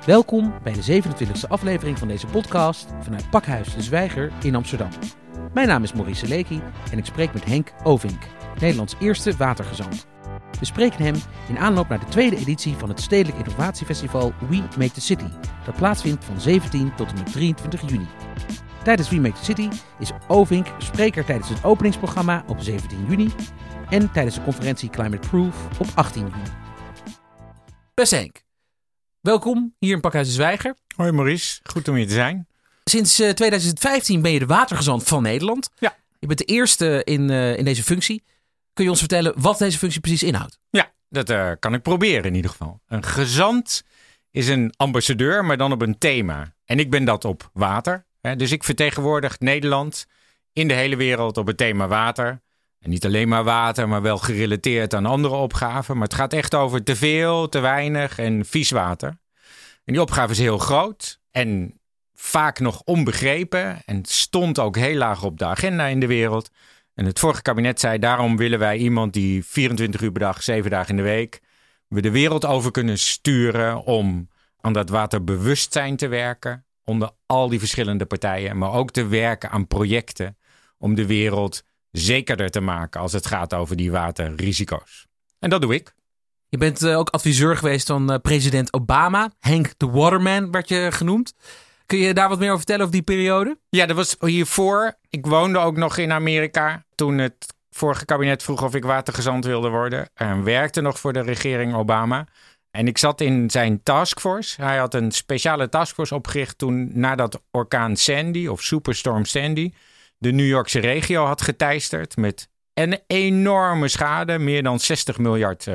Welkom bij de 27e aflevering van deze podcast vanuit Pakhuis de Zwijger in Amsterdam. Mijn naam is Maurice Leeky en ik spreek met Henk Ovink, Nederlands eerste watergezant. We spreken hem in aanloop naar de tweede editie van het Stedelijk Innovatiefestival We Make the City, dat plaatsvindt van 17 tot en met 23 juni. Tijdens We Make the City is Ovink spreker tijdens het openingsprogramma op 17 juni en tijdens de conferentie Climate Proof op 18 juni. Beste Henk, welkom hier in Pakhuis de Zwijger. Hoi Maurice, goed om hier te zijn. Sinds 2015 ben je de watergezant van Nederland. Ja. Je bent de eerste in deze functie. Kun je ons vertellen wat deze functie precies inhoudt? Ja, dat kan ik proberen in ieder geval. Een gezant is een ambassadeur, maar dan op een thema. En ik ben dat op water. Dus ik vertegenwoordig Nederland in de hele wereld op het thema water. En niet alleen maar water, maar wel gerelateerd aan andere opgaven. Maar het gaat echt over te veel, te weinig en vies water. En die opgave is heel groot en vaak nog onbegrepen. En stond ook heel laag op de agenda in de wereld. En het vorige kabinet zei, daarom willen wij iemand die 24 uur per dag, 7 dagen in de week, we de wereld over kunnen sturen om aan dat waterbewustzijn te werken. Onder al die verschillende partijen. Maar ook te werken aan projecten om de wereld zekerder te maken als het gaat over die waterrisico's. En dat doe ik. Je bent ook adviseur geweest van president Obama. Hank the Waterman werd je genoemd. Kun je daar wat meer over vertellen over die periode? Ja, dat was hiervoor. Ik woonde ook nog in Amerika toen het vorige kabinet vroeg of ik watergezant wilde worden. En werkte nog voor de regering Obama. En ik zat in zijn taskforce. Hij had een speciale taskforce opgericht toen nadat orkaan Sandy of Superstorm Sandy de New Yorkse regio had geteisterd met een enorme schade, meer dan $60 miljard.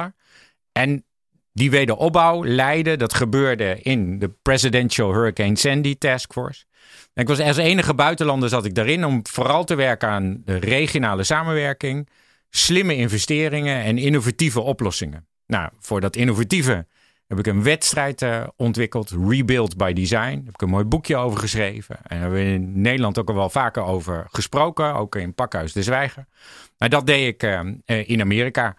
En die wederopbouw leidde, dat gebeurde in de Presidential Hurricane Sandy Task Force. En ik was als enige buitenlander zat ik daarin om vooral te werken aan de regionale samenwerking, slimme investeringen en innovatieve oplossingen. Nou, voor dat innovatieve heb ik een wedstrijd ontwikkeld, Rebuild by Design. Daar heb ik een mooi boekje over geschreven. En daar hebben we in Nederland ook al wel vaker over gesproken, ook in Pakhuis de Zwijger. Maar dat deed ik in Amerika.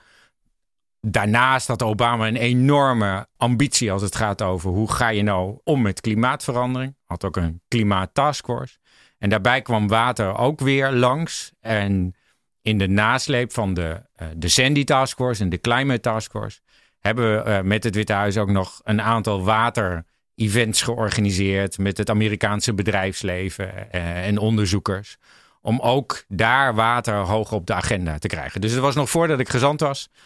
Daarnaast had Obama een enorme ambitie als het gaat over hoe ga je nou om met klimaatverandering. Had ook een klimaattaskforce. En daarbij kwam water ook weer langs. En in de nasleep van de Sandy Taskforce en de Climate Taskforce hebben we met het Witte Huis ook nog een aantal water-events georganiseerd met het Amerikaanse bedrijfsleven en onderzoekers. Om ook daar water hoog op de agenda te krijgen. Dus het was nog voordat ik gezant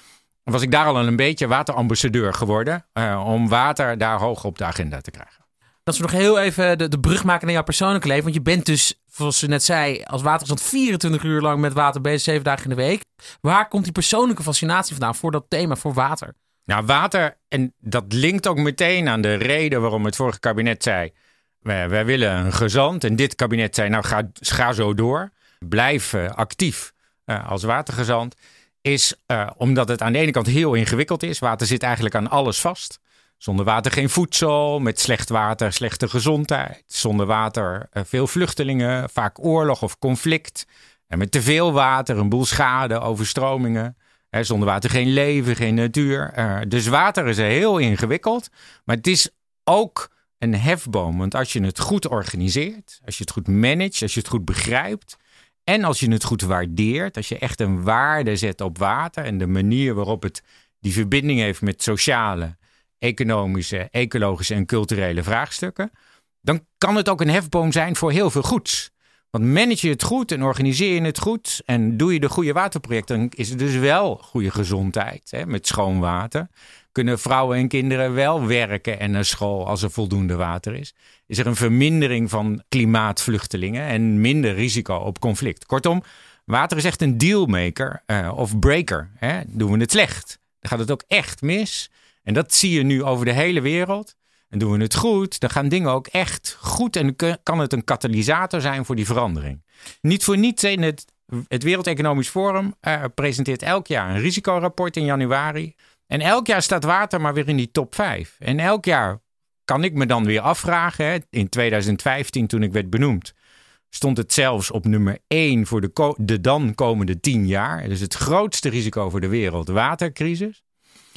was ik daar al een beetje waterambassadeur geworden. Om water daar hoog op de agenda te krijgen. Dat we nog heel even de brug maken naar jouw persoonlijke leven. Want je bent dus, zoals ze net zei, als watergezant 24 uur lang met water bezig, 7 dagen in de week. Waar komt die persoonlijke fascinatie vandaan voor dat thema, voor water? Nou, water, en dat linkt ook meteen aan de reden waarom het vorige kabinet zei, wij willen een gezant. En dit kabinet zei, nou ga zo door. Blijf actief als watergezant. Is omdat het aan de ene kant heel ingewikkeld is. Water zit eigenlijk aan alles vast. Zonder water geen voedsel, met slecht water slechte gezondheid. Zonder water veel vluchtelingen, vaak oorlog of conflict. En met te veel water een boel schade, overstromingen. Zonder water geen leven, geen natuur. Dus water is heel ingewikkeld. Maar het is ook een hefboom. Want als je het goed organiseert, als je het goed managt, als je het goed begrijpt en als je het goed waardeert, als je echt een waarde zet op water en de manier waarop het die verbinding heeft met sociale, economische, ecologische en culturele vraagstukken, dan kan het ook een hefboom zijn voor heel veel goeds. Want manage je het goed en organiseer je het goed en doe je de goede waterprojecten, dan is het dus wel goede gezondheid. Met schoon water kunnen vrouwen en kinderen wel werken en naar school als er voldoende water is. Is er een vermindering van klimaatvluchtelingen en minder risico op conflict. Kortom, water is echt een dealmaker of breaker. Doen we het slecht, dan gaat het ook echt mis. En dat zie je nu over de hele wereld. En doen we het goed, dan gaan dingen ook echt goed en kan het een katalysator zijn voor die verandering. Niet voor niets in het Wereld Economisch Forum presenteert elk jaar een risicorapport in januari. En elk jaar staat water maar weer in die top 5. En elk jaar kan ik me dan weer afvragen. In 2015 toen ik werd benoemd stond het zelfs op nummer 1 voor de dan komende 10 jaar. Dus het grootste risico voor de wereld, watercrisis.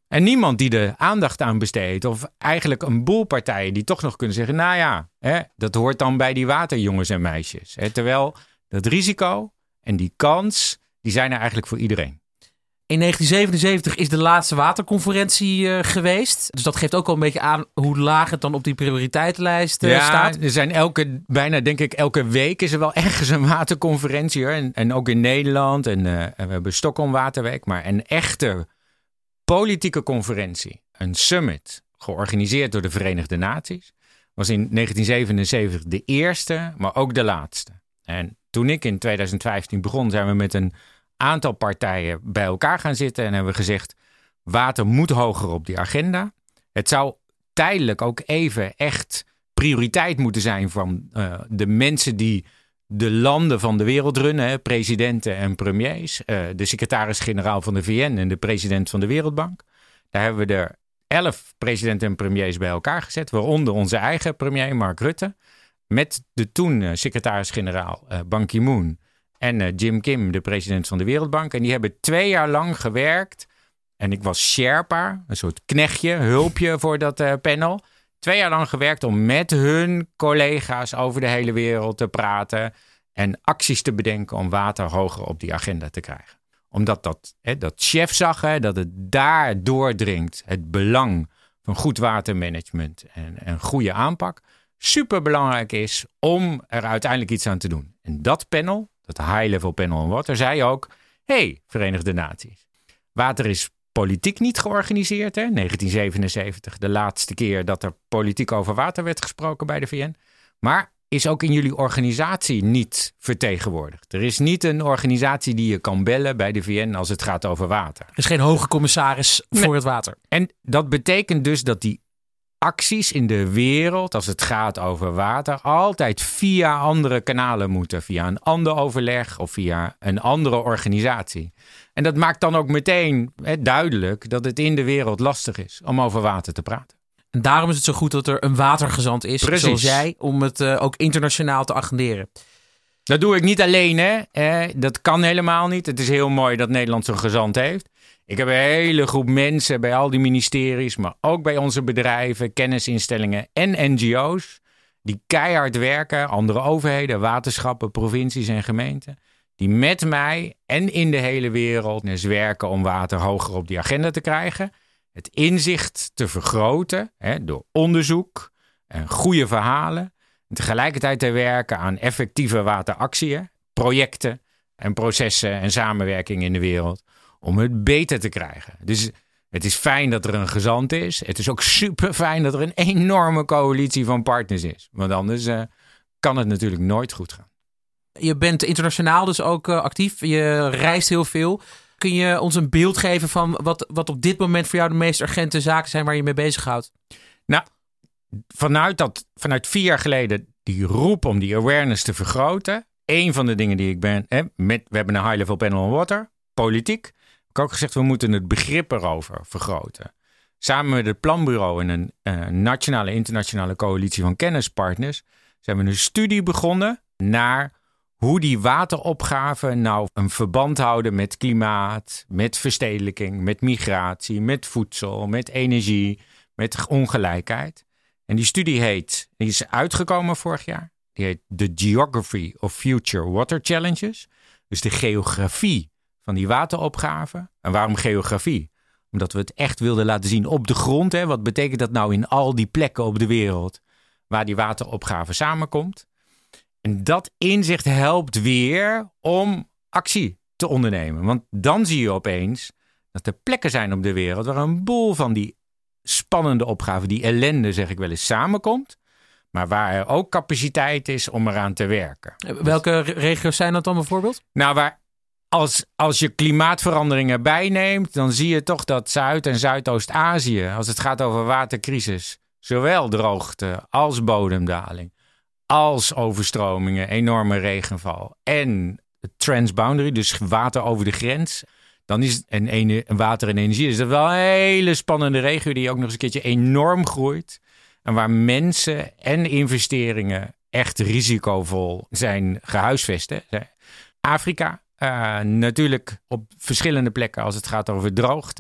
En niemand die er aandacht aan besteedt. Of eigenlijk een boel partijen die toch nog kunnen zeggen, nou ja, dat hoort dan bij die waterjongens en meisjes. Terwijl dat risico en die kans, die zijn er eigenlijk voor iedereen. In 1977 is de laatste waterconferentie geweest. Dus dat geeft ook al een beetje aan hoe laag het dan op die prioriteitenlijst staat. Er zijn bijna denk ik elke week is er wel ergens een waterconferentie. Hoor. En ook in Nederland. En we hebben Stockholm Waterweek. Maar een echte politieke conferentie, een summit, georganiseerd door de Verenigde Naties, was in 1977 de eerste, maar ook de laatste. En toen ik in 2015 begon, zijn we met een aantal partijen bij elkaar gaan zitten en hebben we gezegd, water moet hoger op die agenda. Het zou tijdelijk ook even echt prioriteit moeten zijn van de mensen die de landen van de wereld runnen, presidenten en premiers, de secretaris-generaal van de VN en de president van de Wereldbank. Daar hebben we er 11 presidenten en premiers bij elkaar gezet, waaronder onze eigen premier Mark Rutte, met de toen secretaris-generaal Ban Ki-moon en Jim Kim, de president van de Wereldbank. En die hebben 2 jaar lang gewerkt. En ik was Sherpa, een soort knechtje, hulpje voor dat panel. 2 jaar lang gewerkt om met hun collega's over de hele wereld te praten en acties te bedenken om water hoger op die agenda te krijgen. Omdat dat chef zag, dat het daar doordringt, het belang van goed watermanagement en goede aanpak, superbelangrijk is om er uiteindelijk iets aan te doen. En dat panel, dat high-level panel on water, zei ook, Verenigde Naties, water is politiek niet georganiseerd. 1977, de laatste keer dat er politiek over water werd gesproken bij de VN. Maar is ook in jullie organisatie niet vertegenwoordigd. Er is niet een organisatie die je kan bellen bij de VN als het gaat over water. Er is geen hoge commissaris voor het water. En dat betekent dus dat die acties in de wereld, als het gaat over water, altijd via andere kanalen moeten. Via een ander overleg of via een andere organisatie. En dat maakt dan ook meteen duidelijk dat het in de wereld lastig is om over water te praten. En daarom is het zo goed dat er een watergezant is, Precies. Zoals jij, om het ook internationaal te agenderen. Dat doe ik niet alleen, dat kan helemaal niet. Het is heel mooi dat Nederland zo'n gezant heeft. Ik heb een hele groep mensen bij al die ministeries, maar ook bij onze bedrijven, kennisinstellingen en NGO's, die keihard werken, andere overheden, waterschappen, provincies en gemeenten, die met mij en in de hele wereld dus werken om water hoger op die agenda te krijgen. Het inzicht te vergroten door onderzoek en goede verhalen. En tegelijkertijd te werken aan effectieve wateracties, projecten en processen en samenwerking in de wereld. Om het beter te krijgen. Dus het is fijn dat er een gezant is. Het is ook super fijn dat er een enorme coalitie van partners is. Want anders kan het natuurlijk nooit goed gaan. Je bent internationaal dus ook actief. Je reist heel veel. Kun je ons een beeld geven van wat op dit moment voor jou de meest urgente zaken zijn waar je mee bezighoudt? Nou, vanuit 4 jaar geleden die roep om die awareness te vergroten. Een van de dingen die ik ben, we hebben een high-level panel on water, politiek. Ik heb ook gezegd, we moeten het begrip erover vergroten. Samen met het Planbureau en een nationale internationale coalitie van kennispartners zijn we een studie begonnen naar hoe die wateropgaven nou een verband houden met klimaat, met verstedelijking, met migratie, met voedsel, met energie, met ongelijkheid. En die studie die is uitgekomen vorig jaar. Die heet The Geography of Future Water Challenges. Dus de geografie van die wateropgaven. En waarom geografie? Omdat we het echt wilden laten zien op de grond. Wat betekent dat nou in al die plekken op de wereld waar die wateropgave samenkomt? En dat inzicht helpt weer om actie te ondernemen. Want dan zie je opeens dat er plekken zijn op de wereld waar een boel van die spannende opgaven, die ellende zeg ik wel eens, samenkomt. Maar waar er ook capaciteit is om eraan te werken. Welke regio's zijn dat dan bijvoorbeeld? Nou, als je klimaatverandering erbij neemt, dan zie je toch dat Zuid- en Zuidoost-Azië, als het gaat over watercrisis, zowel droogte als bodemdaling, als overstromingen, enorme regenval en transboundary, dus water over de grens, dan is water en energie. Dus dat is wel een hele spannende regio die ook nog eens een keertje enorm groeit. En waar mensen en investeringen echt risicovol zijn gehuisvest. Afrika, natuurlijk op verschillende plekken als het gaat over droogte.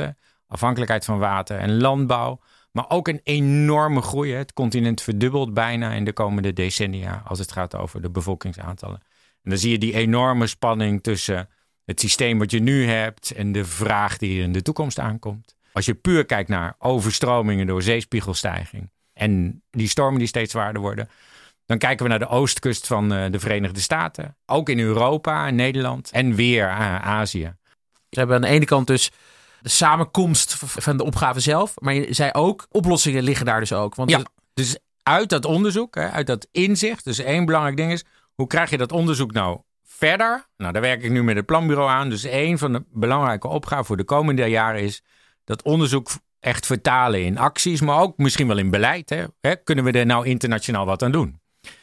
afhankelijkheid van water en landbouw. Maar ook een enorme groei. Het continent verdubbelt bijna in de komende decennia als het gaat over de bevolkingsaantallen. En dan zie je die enorme spanning tussen het systeem wat je nu hebt en de vraag die er in de toekomst aankomt. Als je puur kijkt naar overstromingen door zeespiegelstijging en die stormen die steeds zwaarder worden, dan kijken we naar de oostkust van de Verenigde Staten. Ook in Europa, in Nederland en weer Azië. We hebben aan de ene kant dus de samenkomst van de opgave zelf. Maar je zei ook, oplossingen liggen daar dus ook. Want ja, dus uit dat onderzoek, uit dat inzicht. Dus één belangrijk ding is, hoe krijg je dat onderzoek nou verder? Nou, daar werk ik nu met het planbureau aan. Dus één van de belangrijke opgaven voor de komende jaren is dat onderzoek echt vertalen in acties. Maar ook misschien wel in beleid. Kunnen we er nou internationaal wat aan doen?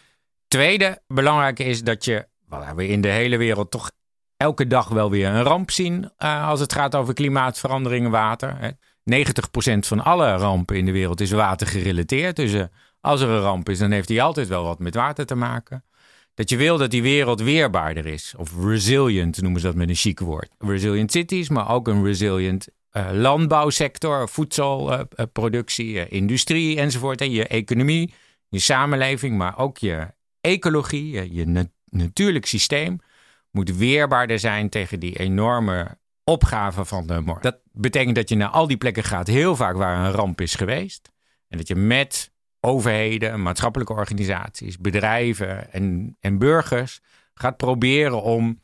Tweede belangrijke is dat we in de hele wereld toch elke dag wel weer een ramp zien als het gaat over klimaatverandering en water. 90% van alle rampen in de wereld is watergerelateerd. Dus als er een ramp is, dan heeft die altijd wel wat met water te maken. Dat je wil dat die wereld weerbaarder is. Of resilient noemen ze dat met een chic woord. Resilient cities, maar ook een resilient landbouwsector, voedselproductie, industrie enzovoort. En je economie, je samenleving, maar ook je ecologie, je natuurlijk systeem moet weerbaarder zijn tegen die enorme opgaven van de morgen. Dat betekent dat je naar al die plekken gaat, heel vaak waar een ramp is geweest. En dat je met overheden, maatschappelijke organisaties, bedrijven en burgers gaat proberen om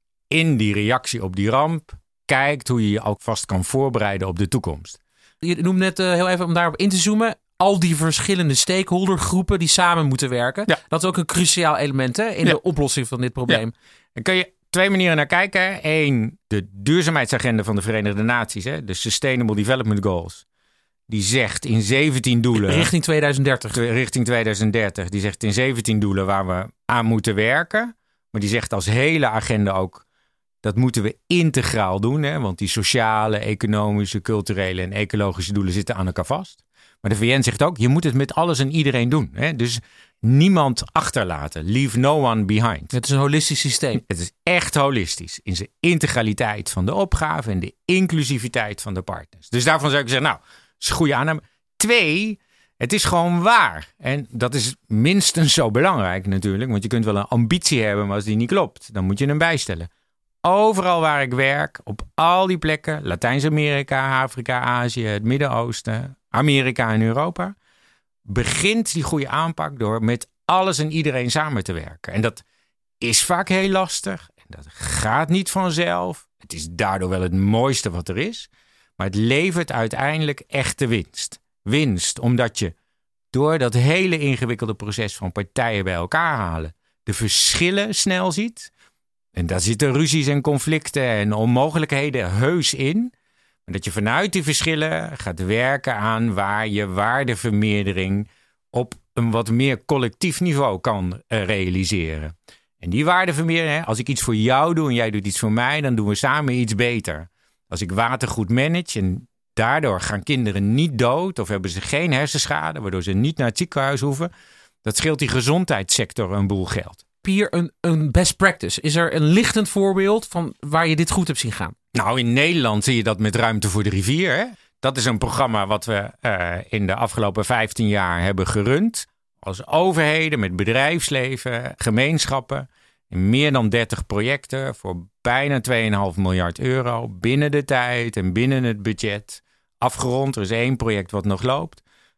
in die reactie op die ramp kijkt hoe je je alvast kan voorbereiden op de toekomst. Je noemt net heel even om daarop in te zoomen, al die verschillende stakeholdergroepen die samen moeten werken. Ja. Dat is ook een cruciaal element in de oplossing van dit probleem. Ja. Dan kun je twee manieren naar kijken. Eén, de duurzaamheidsagenda van de Verenigde Naties, de Sustainable Development Goals. Die zegt in 17 doelen. Richting 2030. Richting 2030. Die zegt in 17 doelen waar we aan moeten werken. Maar die zegt als hele agenda ook, dat moeten we integraal doen. Want die sociale, economische, culturele en ecologische doelen zitten aan elkaar vast. Maar de VN zegt ook, je moet het met alles en iedereen doen. Dus niemand achterlaten. Leave no one behind. Het is een holistisch systeem. Het is echt holistisch. In zijn integraliteit van de opgave en de inclusiviteit van de partners. Dus daarvan zou ik zeggen, nou, dat is een goede aanname. 2, het is gewoon waar. En dat is minstens zo belangrijk natuurlijk. Want je kunt wel een ambitie hebben, maar als die niet klopt, dan moet je hem bijstellen. Overal waar ik werk, op al die plekken, Latijns-Amerika, Afrika, Azië, het Midden-Oosten, Amerika en Europa, begint die goede aanpak door met alles en iedereen samen te werken. En dat is vaak heel lastig. En dat gaat niet vanzelf. Het is daardoor wel het mooiste wat er is. Maar het levert uiteindelijk echte winst. Winst omdat je door dat hele ingewikkelde proces van partijen bij elkaar halen de verschillen snel ziet. En daar zitten ruzies en conflicten en onmogelijkheden heus in. Maar dat je vanuit die verschillen gaat werken aan waar je waardevermeerdering op een wat meer collectief niveau kan realiseren. En die waardevermeerdering, als ik iets voor jou doe en jij doet iets voor mij, dan doen we samen iets beter. Als ik water goed manage en daardoor gaan kinderen niet dood of hebben ze geen hersenschade, waardoor ze niet naar het ziekenhuis hoeven, dat scheelt die gezondheidssector een boel geld. Hier een best practice. Is er een lichtend voorbeeld van waar je dit goed hebt zien gaan? Nou, in Nederland zie je dat met Ruimte voor de Rivier. Dat is een programma wat we in de afgelopen 15 jaar hebben gerund. Als overheden, met bedrijfsleven, gemeenschappen. In meer dan 30 projecten voor bijna 2,5 miljard euro. Binnen de tijd en binnen het budget. Afgerond, er is 1 project wat nog loopt.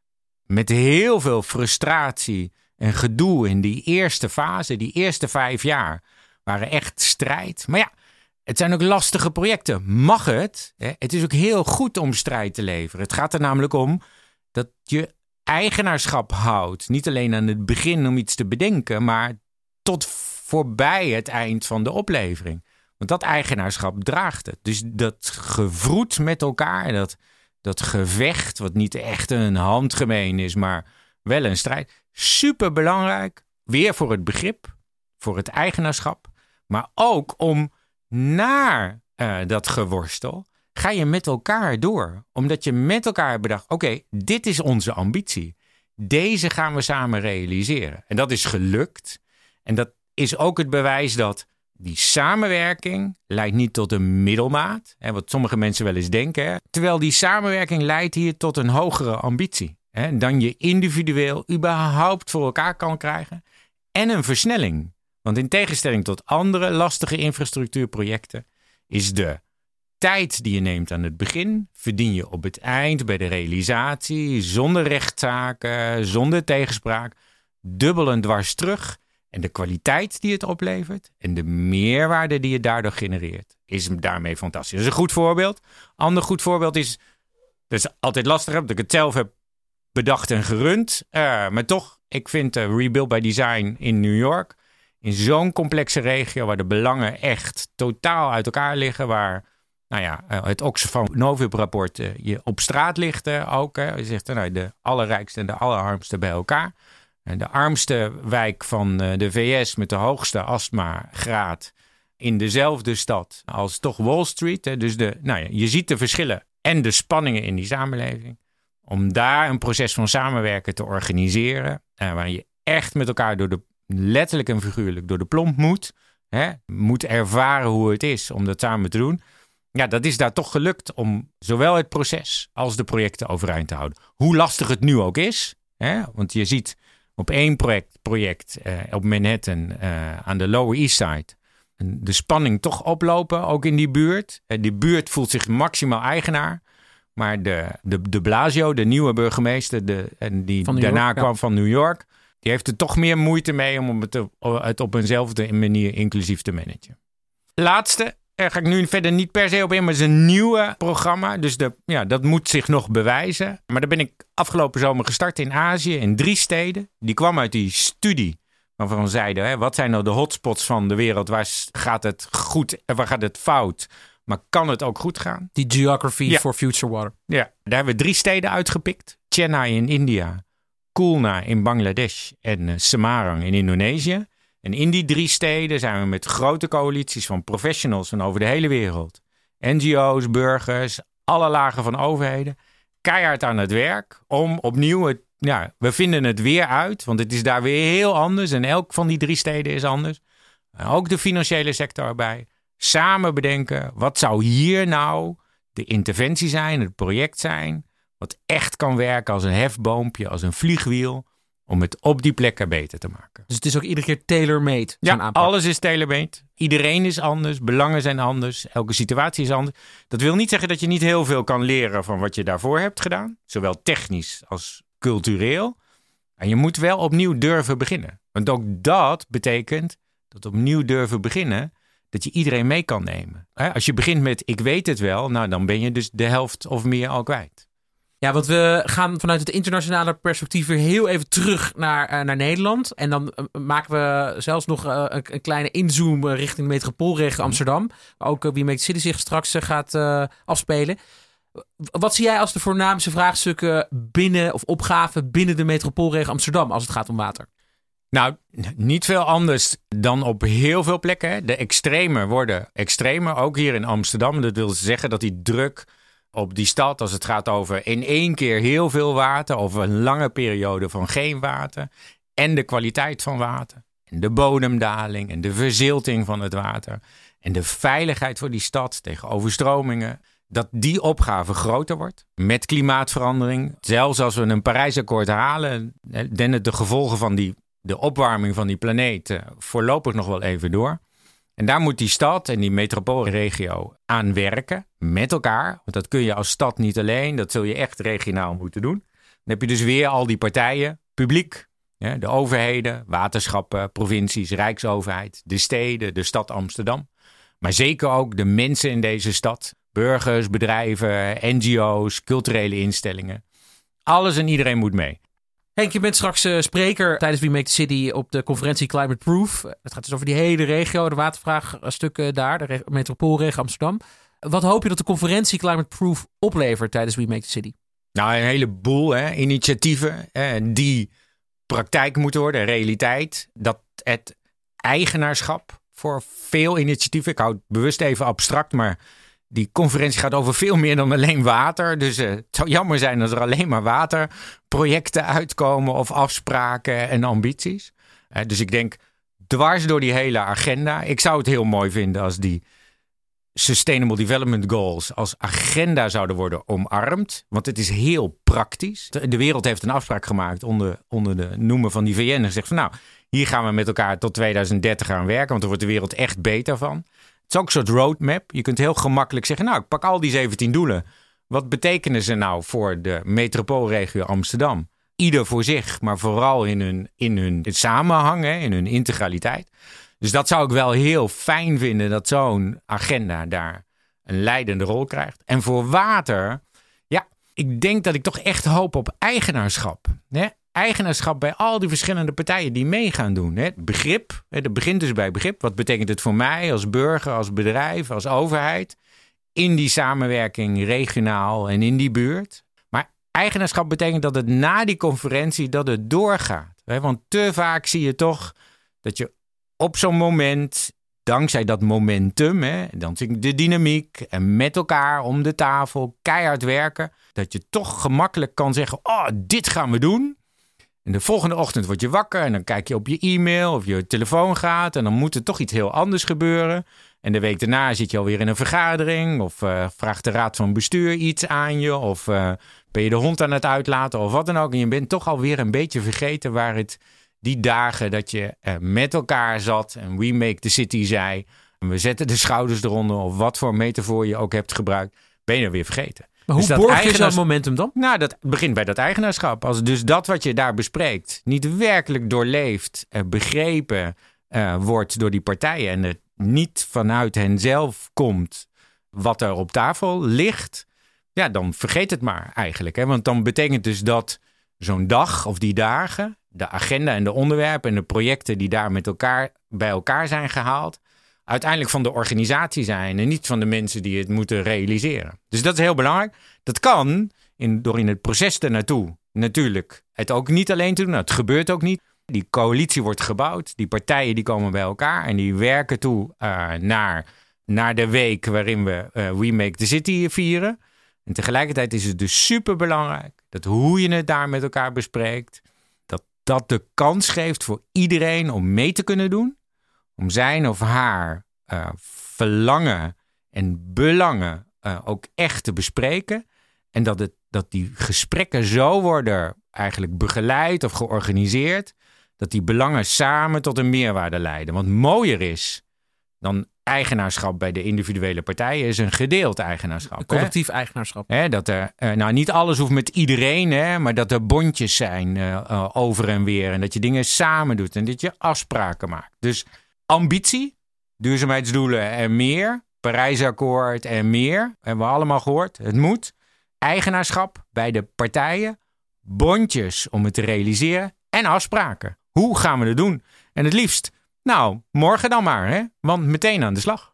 Met heel veel frustratie en gedoe in die eerste fase. Die eerste 5 jaar waren echt strijd. Maar ja, het zijn ook lastige projecten. Mag het? Het is ook heel goed om strijd te leveren. Het gaat er namelijk om dat je eigenaarschap houdt. Niet alleen aan het begin om iets te bedenken, maar tot voorbij het eind van de oplevering. Want dat eigenaarschap draagt het. Dus dat gevroed met elkaar, dat gevecht, wat niet echt een handgemeen is, maar wel een strijd. Super belangrijk. Weer voor het begrip, voor het eigenaarschap, maar ook om naar dat geworstel ga je met elkaar door. Omdat je met elkaar hebt bedacht, oké, dit is onze ambitie. Deze gaan we samen realiseren. En dat is gelukt. En dat is ook het bewijs dat Die samenwerking leidt niet tot een middelmaat, wat sommige mensen wel eens denken. Terwijl die samenwerking leidt hier tot een hogere ambitie. Dan je individueel überhaupt voor elkaar kan krijgen. En een versnelling. Want in tegenstelling tot andere lastige infrastructuurprojecten is de tijd die je neemt aan het begin, verdien je op het eind bij de realisatie, zonder rechtszaken, zonder tegenspraak, dubbel en dwars terug. En de kwaliteit die het oplevert en de meerwaarde die je daardoor genereert, is daarmee fantastisch. Dat is een goed voorbeeld. Ander goed voorbeeld is, dat is altijd lastig, dat ik het zelf heb bedacht en gerund. Maar toch, ik vind Rebuild by Design in New York, in zo'n complexe regio waar de belangen echt totaal uit elkaar liggen, waar het Oxfam Novib-rapport je op straat ligt ook. Je zegt de allerrijkste en de allerarmste bij elkaar. De armste wijk van de VS met de hoogste astmagraad in dezelfde stad als toch Wall Street. Dus je ziet de verschillen en de spanningen in die samenleving. Om daar een proces van samenwerken te organiseren, waar je echt met elkaar letterlijk en figuurlijk door de plomp moet ervaren hoe het is om dat samen te doen. Ja, dat is daar toch gelukt om zowel het proces als de projecten overeind te houden. Hoe lastig het nu ook is, want je ziet op één project op Manhattan aan de Lower East Side de spanning toch oplopen, ook in die buurt. Die buurt voelt zich maximaal eigenaar. Maar de Blasio, de nieuwe burgemeester die daarna kwam van New York, die heeft er toch meer moeite mee om het op eenzelfde manier inclusief te managen. Laatste, daar ga ik nu verder niet per se op in, maar het is een nieuw programma. Dus dat moet zich nog bewijzen. Maar daar ben ik afgelopen zomer gestart in Azië, in 3 steden. Die kwam uit die studie waarvan we zeiden, wat zijn nou de hotspots van de wereld? Waar gaat het goed en waar gaat het fout? Maar kan het ook goed gaan? Die Geography for Future Water. Ja, daar hebben we 3 steden uitgepikt. Chennai in India, Khulna in Bangladesh en Semarang in Indonesië. En in die 3 steden zijn we met grote coalities van professionals van over de hele wereld. NGO's, burgers, alle lagen van overheden. Keihard aan het werk om opnieuw we vinden het weer uit. Want het is daar weer heel anders. En elk van die 3 steden is anders. Ook de financiële sector erbij. Samen bedenken, wat zou hier nou de interventie zijn, het project zijn. Wat echt kan werken als een hefboompje, als een vliegwiel. Om het op die plekken beter te maken. Dus het is ook iedere keer tailor-made? Ja, alles is tailor-made. Iedereen is anders, belangen zijn anders, elke situatie is anders. Dat wil niet zeggen dat je niet heel veel kan leren van wat je daarvoor hebt gedaan. Zowel technisch als cultureel. En je moet wel opnieuw durven beginnen. Want ook dat betekent dat opnieuw durven beginnen, dat je iedereen mee kan nemen. Als je begint met ik weet het wel, dan ben je dus de helft of meer al kwijt. Ja, want we gaan vanuit het internationale perspectief weer heel even terug naar Nederland. En dan maken we zelfs nog een kleine inzoom richting metropoolregio Amsterdam. Waar ook We Make City zich straks gaat afspelen. Wat zie jij als de voornaamste vraagstukken binnen of opgaven binnen de metropoolregio Amsterdam als het gaat om water? Nou, niet veel anders dan op heel veel plekken. De extremen worden extremer, ook hier in Amsterdam. Dat wil zeggen dat die druk op die stad, als het gaat over in 1 keer heel veel water of een lange periode van geen water en de kwaliteit van water en de bodemdaling en de verzilting van het water en de veiligheid voor die stad tegen overstromingen, dat die opgave groter wordt met klimaatverandering. Zelfs als we een Parijsakkoord halen, dennen de gevolgen van de opwarming van die planeet voorlopig nog wel even door. En daar moet die stad en die metropoolregio aan werken met elkaar. Want dat kun je als stad niet alleen. Dat zul je echt regionaal moeten doen. Dan heb je dus weer al die partijen. Publiek, de overheden, waterschappen, provincies, rijksoverheid, de steden, de stad Amsterdam. Maar zeker ook de mensen in deze stad. Burgers, bedrijven, NGO's, culturele instellingen. Alles en iedereen moet mee. Henk, je bent straks spreker tijdens We Make the City op de conferentie Climate Proof. Het gaat dus over die hele regio, de watervraagstukken daar, de metropoolregio Amsterdam. Wat hoop je dat de conferentie Climate Proof oplevert tijdens We Make the City? Nou, een heleboel initiatieven die praktijk moeten worden, realiteit. Dat het eigenaarschap voor veel initiatieven, ik hou het bewust even abstract, maar die conferentie gaat over veel meer dan alleen water. Dus het zou jammer zijn als er alleen maar waterprojecten uitkomen of afspraken en ambities. Dus ik denk dwars door die hele agenda. Ik zou het heel mooi vinden als die Sustainable Development Goals als agenda zouden worden omarmd. Want het is heel praktisch. De wereld heeft een afspraak gemaakt onder de noemer van die VN. En zegt van hier gaan we met elkaar tot 2030 aan werken. Want er wordt de wereld echt beter van. Het is ook een soort roadmap. Je kunt heel gemakkelijk zeggen, ik pak al die 17 doelen. Wat betekenen ze nou voor de metropoolregio Amsterdam? Ieder voor zich, maar vooral in hun samenhang, in hun integraliteit. Dus dat zou ik wel heel fijn vinden, dat zo'n agenda daar een leidende rol krijgt. En voor water, ik denk dat ik toch echt hoop op eigenaarschap. Hè? Eigenaarschap bij al die verschillende partijen die mee gaan doen. Hè? Begrip, dat begint dus bij begrip. Wat betekent het voor mij als burger, als bedrijf, als overheid? In die samenwerking regionaal en in die buurt. Maar eigenaarschap betekent dat het na die conferentie dat het doorgaat. Hè? Want te vaak zie je toch dat je op zo'n moment, dankzij dat momentum, dankzij de dynamiek en met elkaar om de tafel keihard werken, dat je toch gemakkelijk kan zeggen, dit gaan we doen. En de volgende ochtend word je wakker en dan kijk je op je e-mail of je telefoon gaat en dan moet er toch iets heel anders gebeuren. En de week daarna zit je alweer in een vergadering of vraagt de raad van bestuur iets aan je of ben je de hond aan het uitlaten of wat dan ook. En je bent toch alweer een beetje vergeten waar het die dagen dat je met elkaar zat en we make the city zei. En we zetten de schouders eronder of wat voor metafoor je ook hebt gebruikt. Ben je er weer vergeten. Maar hoe borg je zo'n momentum dan? Nou, dat begint bij dat eigenaarschap. Als dus dat wat je daar bespreekt niet werkelijk doorleefd, begrepen wordt door die partijen. En het niet vanuit hen zelf komt wat er op tafel ligt. Ja, dan vergeet het maar eigenlijk. Hè? Want dan betekent dus dat zo'n dag of die dagen, de agenda en de onderwerpen en de projecten die daar met elkaar bij elkaar zijn gehaald, uiteindelijk van de organisatie zijn en niet van de mensen die het moeten realiseren. Dus dat is heel belangrijk. Dat kan door in het proces ernaartoe natuurlijk het ook niet alleen te doen. Nou, het gebeurt ook niet. Die coalitie wordt gebouwd. Die partijen die komen bij elkaar en die werken toe naar de week waarin we Make the City vieren. En tegelijkertijd is het dus superbelangrijk dat hoe je het daar met elkaar bespreekt, dat de kans geeft voor iedereen om mee te kunnen doen. Om zijn of haar verlangen en belangen ook echt te bespreken. En dat die gesprekken zo worden eigenlijk begeleid of georganiseerd, dat die belangen samen tot een meerwaarde leiden. Want mooier is dan eigenaarschap bij de individuele partijen is een gedeeld eigenaarschap. Een collectief eigenaarschap. Dat er, niet alles hoeft met iedereen, maar dat er bondjes zijn over en weer. En dat je dingen samen doet en dat je afspraken maakt. Dus ambitie, duurzaamheidsdoelen en meer, Parijsakkoord en meer, hebben we allemaal gehoord. Het moet. Eigenaarschap bij de partijen, bondjes om het te realiseren en afspraken. Hoe gaan we het doen? En het liefst, morgen dan maar, want meteen aan de slag.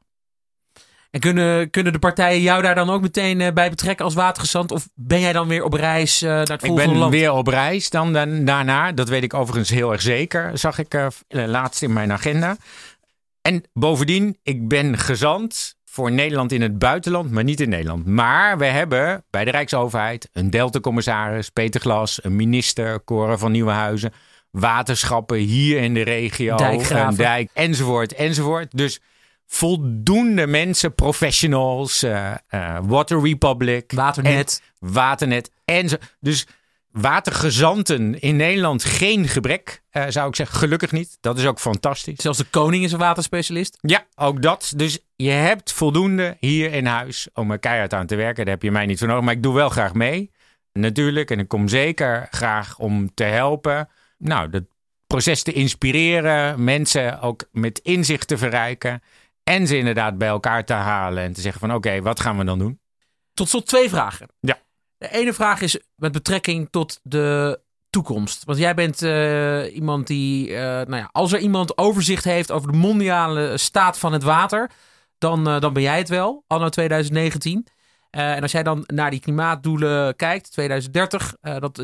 En kunnen de partijen jou daar dan ook meteen bij betrekken als watergezant? Of ben jij dan weer op reis naar het volgende land? Ik ben weer op reis dan daarna. Dat weet ik overigens heel erg zeker. Zag ik laatst in mijn agenda. En bovendien, ik ben gezant voor Nederland in het buitenland, maar niet in Nederland. Maar we hebben bij de Rijksoverheid een Delta-commissaris, Peter Glas, een minister, Cora van Nieuwenhuizen, waterschappen hier in de regio, een dijk, enzovoort. Dus voldoende mensen, professionals, Water Republic, Waternet dus watergezanten in Nederland geen gebrek, zou ik zeggen. Gelukkig niet. Dat is ook fantastisch. Zelfs de koning is een waterspecialist. Ja, ook dat. Dus je hebt voldoende hier in huis om er keihard aan te werken. Daar heb je mij niet voor nodig. Maar ik doe wel graag mee. Natuurlijk. En ik kom zeker graag om te helpen. Het proces te inspireren. Mensen ook met inzicht te verrijken. En ze inderdaad bij elkaar te halen. En te zeggen van oké, wat gaan we dan doen? Tot slot 2 vragen. Ja. De ene vraag is met betrekking tot de toekomst. Want jij bent iemand die, als er iemand overzicht heeft over de mondiale staat van het water, dan ben jij het wel, anno 2019. En als jij dan naar die klimaatdoelen kijkt, 2030,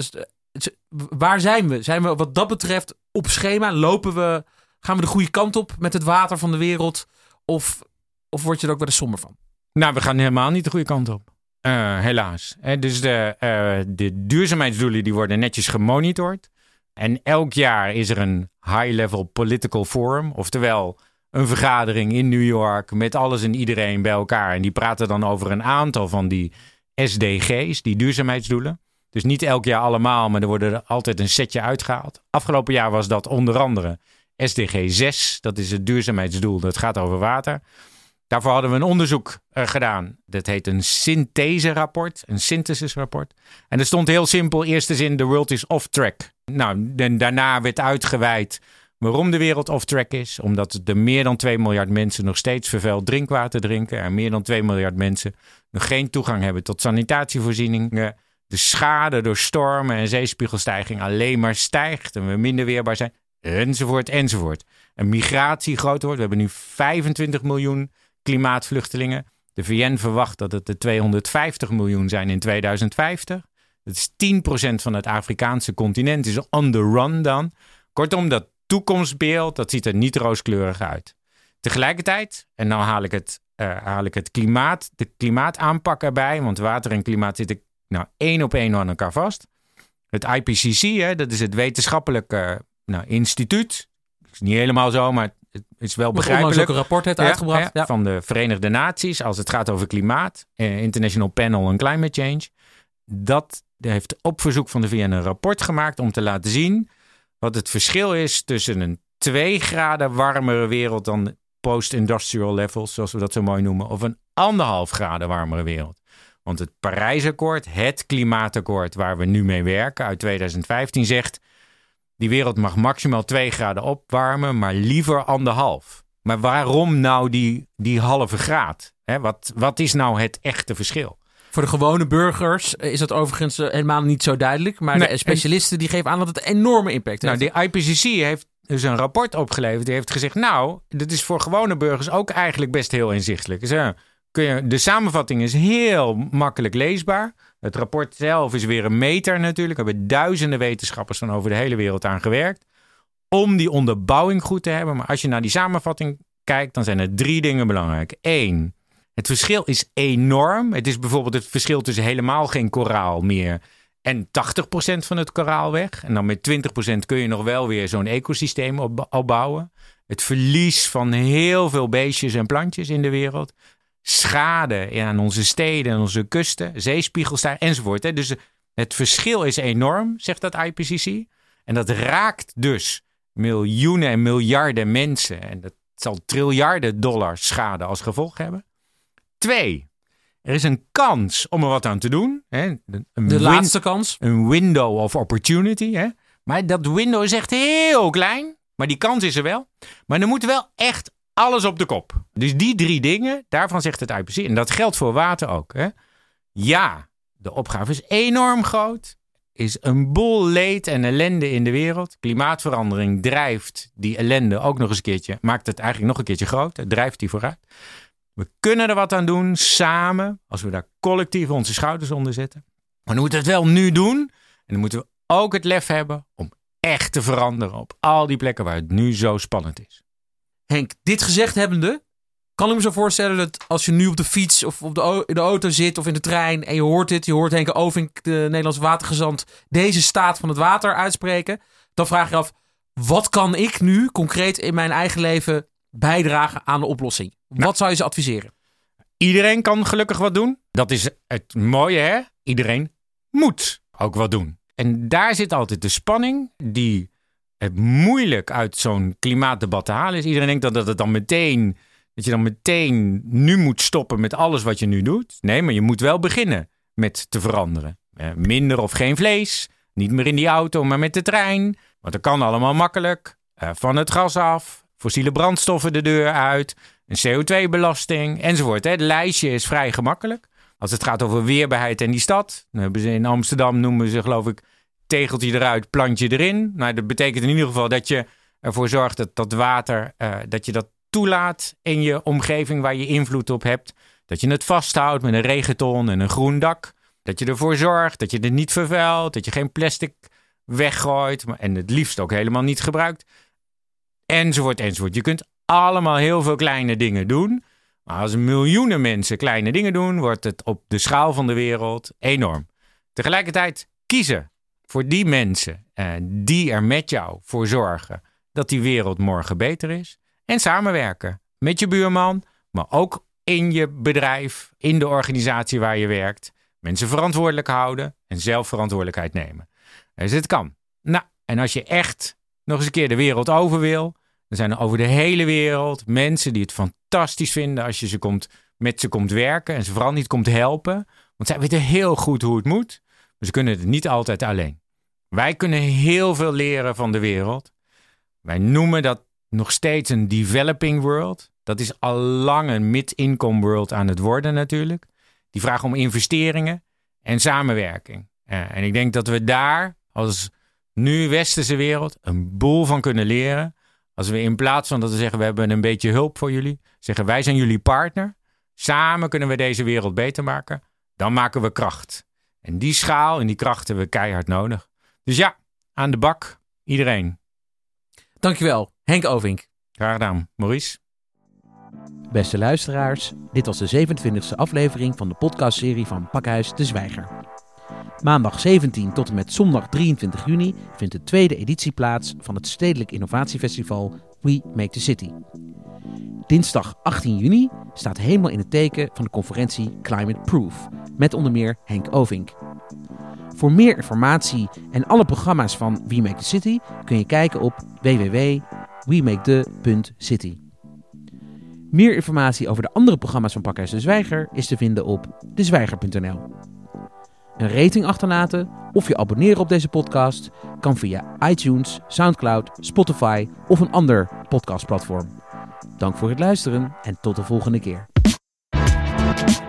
waar zijn we? Zijn we wat dat betreft op schema? Gaan we de goede kant op met het water van de wereld? Of word je er ook wel eens somber van? We gaan helemaal niet de goede kant op. Helaas. Dus de duurzaamheidsdoelen die worden netjes gemonitord. En elk jaar is er een high-level political forum, oftewel een vergadering in New York met alles en iedereen bij elkaar. En die praten dan over een aantal van die SDG's, die duurzaamheidsdoelen. Dus niet elk jaar allemaal, maar er worden er altijd een setje uitgehaald. Afgelopen jaar was dat onder andere SDG 6. Dat is het duurzaamheidsdoel, dat gaat over water. Daarvoor hadden we een onderzoek gedaan. Dat heet een syntheserapport, een synthesisrapport. En er stond heel simpel, eerste zin, the world is off track. Nou, en daarna werd uitgeweid waarom de wereld off track is. Omdat er meer dan 2 miljard mensen nog steeds vervuild drinkwater drinken. En meer dan 2 miljard mensen nog geen toegang hebben tot sanitatievoorzieningen. De schade door stormen en zeespiegelstijging alleen maar stijgt. En we minder weerbaar zijn. Enzovoort, enzovoort. En migratie groter wordt. We hebben nu 25 miljoen klimaatvluchtelingen. De VN verwacht dat het er 250 miljoen zijn in 2050. Dat is 10% van het Afrikaanse continent. Is on the run dan. Kortom, dat toekomstbeeld, dat ziet er niet rooskleurig uit. Tegelijkertijd, en nou haal ik het klimaat, de klimaataanpak erbij. Want water en klimaat zitten één op één aan elkaar vast. Het IPCC, dat is het wetenschappelijke instituut. Dat is niet helemaal zo, maar het is wel begrijpelijk. Wat ook een rapport heeft uitgebracht. Ja. Van de Verenigde Naties als het gaat over klimaat. International Panel on Climate Change. Dat heeft op verzoek van de VN een rapport gemaakt om te laten zien wat het verschil is tussen een 2 graden warmere wereld dan post-industrial levels, zoals we dat zo mooi noemen, of een 1,5 graden warmere wereld. Want het Parijsakkoord, het klimaatakkoord waar we nu mee werken uit 2015, zegt die wereld mag maximaal 2 graden opwarmen, maar liever 1,5. Maar waarom nou die halve graad? Wat is nou het echte verschil? Voor de gewone burgers is dat overigens helemaal niet zo duidelijk. Maar de specialisten die geven aan dat het een enorme impact heeft. De IPCC heeft dus een rapport opgeleverd. Die heeft gezegd, dit is voor gewone burgers ook eigenlijk best heel inzichtelijk. Dus, de samenvatting is heel makkelijk leesbaar. Het rapport zelf is weer een meter natuurlijk. Er hebben duizenden wetenschappers van over de hele wereld aan gewerkt. Om die onderbouwing goed te hebben. Maar als je naar die samenvatting kijkt, dan zijn er 3 dingen belangrijk. 1. Het verschil is enorm. Het is bijvoorbeeld het verschil tussen helemaal geen koraal meer en 80% van het koraal weg. En dan met 20% kun je nog wel weer zo'n ecosysteem opbouwen. Het verlies van heel veel beestjes en plantjes in de wereld. Schade aan onze steden en onze kusten, zeespiegelstijging enzovoort. Dus het verschil is enorm, zegt dat IPCC. En dat raakt dus miljoenen en miljarden mensen. En dat zal triljarden dollars schade als gevolg hebben. 2. Er is een kans om er wat aan te doen. Laatste kans. Een window of opportunity. Maar dat window is echt heel klein. Maar die kans is er wel. Maar er moet wel echt alles op de kop. Dus die 3 dingen, daarvan zegt het IPCC. En dat geldt voor water ook. Ja, de opgave is enorm groot. Is een boel leed en ellende in de wereld. Klimaatverandering drijft die ellende ook nog eens een keertje. Maakt het eigenlijk nog een keertje groter. Drijft die vooruit. We kunnen er wat aan doen, samen, als we daar collectief onze schouders onder zetten. Maar dan moeten we het wel nu doen. En dan moeten we ook het lef hebben om echt te veranderen op al die plekken waar het nu zo spannend is. Henk, dit gezegd hebbende, kan ik me zo voorstellen dat als je nu op de fiets of in de auto zit of in de trein en je hoort dit, je hoort Henk Ovink, de Nederlandse watergezant, deze staat van het water uitspreken, dan vraag je af, wat kan ik nu concreet in mijn eigen leven bijdragen aan de oplossing? Wat zou je ze adviseren? Iedereen kan gelukkig wat doen. Dat is het mooie, hè? Iedereen moet ook wat doen. En daar zit altijd de spanning die het moeilijk uit zo'n klimaatdebat te halen is. Iedereen denkt dat je dan meteen nu moet stoppen met alles wat je nu doet. Nee, maar je moet wel beginnen met te veranderen. Minder of geen vlees. Niet meer in die auto, maar met de trein. Want dat kan allemaal makkelijk. Van het gas af. Fossiele brandstoffen de deur uit. Een CO2-belasting enzovoort. Het lijstje is vrij gemakkelijk. Als het gaat over weerbaarheid in die stad. Dan hebben ze in Amsterdam, noemen ze geloof ik, tegeltje eruit, plantje erin. Nou, dat betekent in ieder geval dat je ervoor zorgt dat dat water, dat je dat toelaat in je omgeving waar je invloed op hebt. Dat je het vasthoudt met een regenton en een groen dak. Dat je ervoor zorgt dat je het niet vervuilt. Dat je geen plastic weggooit. En het liefst ook helemaal niet gebruikt. Enzovoort, enzovoort. Je kunt allemaal heel veel kleine dingen doen. Maar als miljoenen mensen kleine dingen doen, wordt het op de schaal van de wereld enorm. Tegelijkertijd kiezen. voor die mensen die er met jou voor zorgen dat die wereld morgen beter is. En samenwerken met je buurman, maar ook in je bedrijf, in de organisatie waar je werkt. Mensen verantwoordelijk houden en zelf verantwoordelijkheid nemen. Dus het kan. Nou, en als je echt nog eens een keer de wereld over wil, dan zijn er over de hele wereld mensen die het fantastisch vinden als je met ze komt werken en ze vooral niet komt helpen. Want zij weten heel goed hoe het moet, maar ze kunnen het niet altijd alleen. Wij kunnen heel veel leren van de wereld. Wij noemen dat nog steeds een developing world. Dat is al lang een mid-income world aan het worden natuurlijk. Die vragen om investeringen en samenwerking. En ik denk dat we daar als nu westerse wereld een boel van kunnen leren. Als we in plaats van dat we zeggen we hebben een beetje hulp voor jullie, zeggen wij zijn jullie partner. Samen kunnen we deze wereld beter maken. Dan maken we kracht. En die schaal en die kracht hebben we keihard nodig. Dus ja, aan de bak. Iedereen. Dankjewel, Henk Ovink. Graag gedaan, Maurice. Beste luisteraars, dit was de 27e aflevering van de podcastserie van Pakhuis de Zwijger. Maandag 17 tot en met zondag 23 juni vindt de tweede editie plaats van het Stedelijk Innovatiefestival We Make the City. Dinsdag 18 juni staat helemaal in het teken van de conferentie Climate Proof, met onder meer Henk Ovink. Voor meer informatie en alle programma's van We Make the City kun je kijken op www.wemakethe.city. Meer informatie over de andere programma's van Pakhuis de Zwijger is te vinden op dezwijger.nl. Een rating achterlaten of je abonneren op deze podcast kan via iTunes, Soundcloud, Spotify of een ander podcastplatform. Dank voor het luisteren en tot de volgende keer.